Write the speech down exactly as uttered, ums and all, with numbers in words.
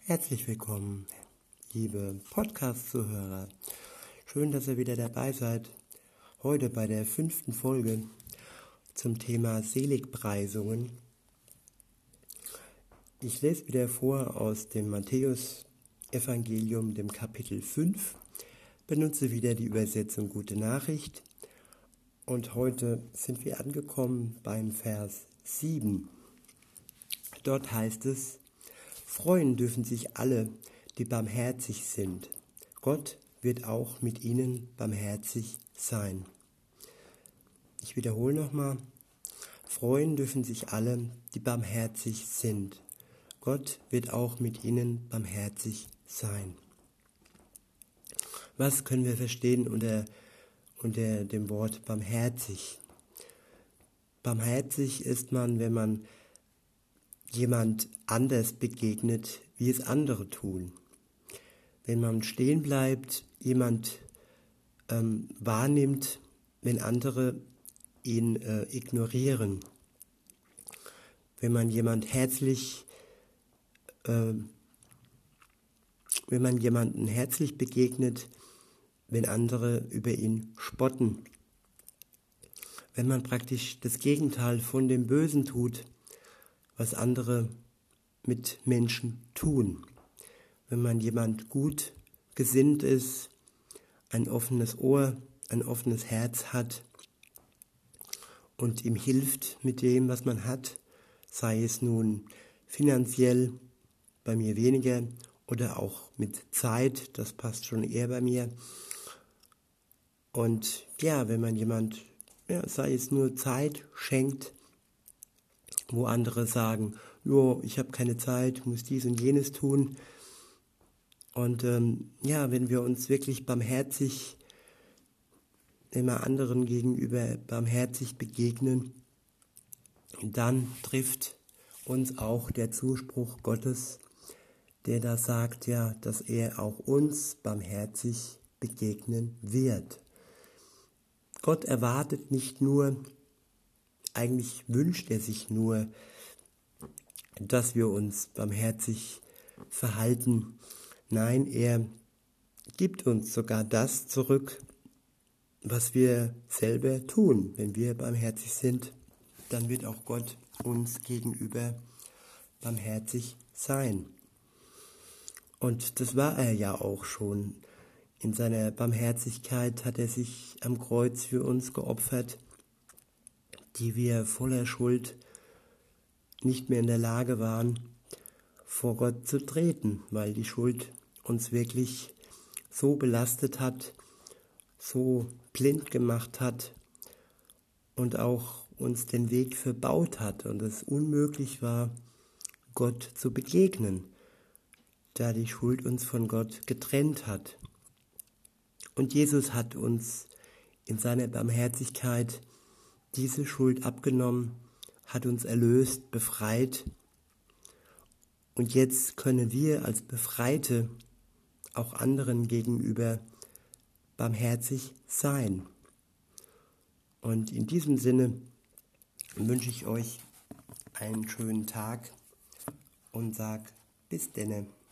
Herzlich willkommen, liebe Podcast-Zuhörer. Schön, dass ihr wieder dabei seid. Heute bei der fünften Folge zum Thema Seligpreisungen. Ich lese wieder vor aus dem Matthäus-Evangelium, dem Kapitel fünf, benutze wieder die Übersetzung Gute Nachricht und heute sind wir angekommen beim Vers sieben. Dort heißt es: Freuen dürfen sich alle, die barmherzig sind. Gott wird auch mit ihnen barmherzig sein. Ich wiederhole nochmal. Freuen dürfen sich alle, die barmherzig sind. Gott wird auch mit ihnen barmherzig sein. Was können wir verstehen unter, unter dem Wort barmherzig? Barmherzig ist man, wenn man jemand anders begegnet, wie es andere tun. Wenn man stehen bleibt, jemand ähm, wahrnimmt, wenn andere ihn äh, ignorieren. Wenn man jemand herzlich, äh, wenn man jemanden herzlich begegnet, wenn andere über ihn spotten. Wenn man praktisch das Gegenteil von dem Bösen tut, was andere mit Menschen tun. Wenn man jemand gut gesinnt ist, ein offenes Ohr, ein offenes Herz hat und ihm hilft mit dem, was man hat, sei es nun finanziell, bei mir weniger, oder auch mit Zeit, das passt schon eher bei mir. Und ja, wenn man jemand, ja, sei es nur Zeit schenkt, wo andere sagen, jo, ich habe keine Zeit, muss dies und jenes tun. Und ähm, ja, wenn wir uns wirklich barmherzig, immer anderen gegenüber barmherzig begegnen, dann trifft uns auch der Zuspruch Gottes, der da sagt, ja, dass er auch uns barmherzig begegnen wird. Gott erwartet nicht nur, eigentlich wünscht er sich nur, dass wir uns barmherzig verhalten. Nein, er gibt uns sogar das zurück, was wir selber tun. Wenn wir barmherzig sind, dann wird auch Gott uns gegenüber barmherzig sein. Und das war er ja auch schon. In seiner Barmherzigkeit hat er sich am Kreuz für uns geopfert, die wir voller Schuld nicht mehr in der Lage waren, vor Gott zu treten, weil die Schuld uns wirklich so belastet hat, so blind gemacht hat und auch uns den Weg verbaut hat und es unmöglich war, Gott zu begegnen, da die Schuld uns von Gott getrennt hat. Und Jesus hat uns in seiner Barmherzigkeit diese Schuld abgenommen, hat uns erlöst, befreit. Und jetzt können wir als Befreite auch anderen gegenüber barmherzig sein. Und in diesem Sinne wünsche ich euch einen schönen Tag und sage bis denne.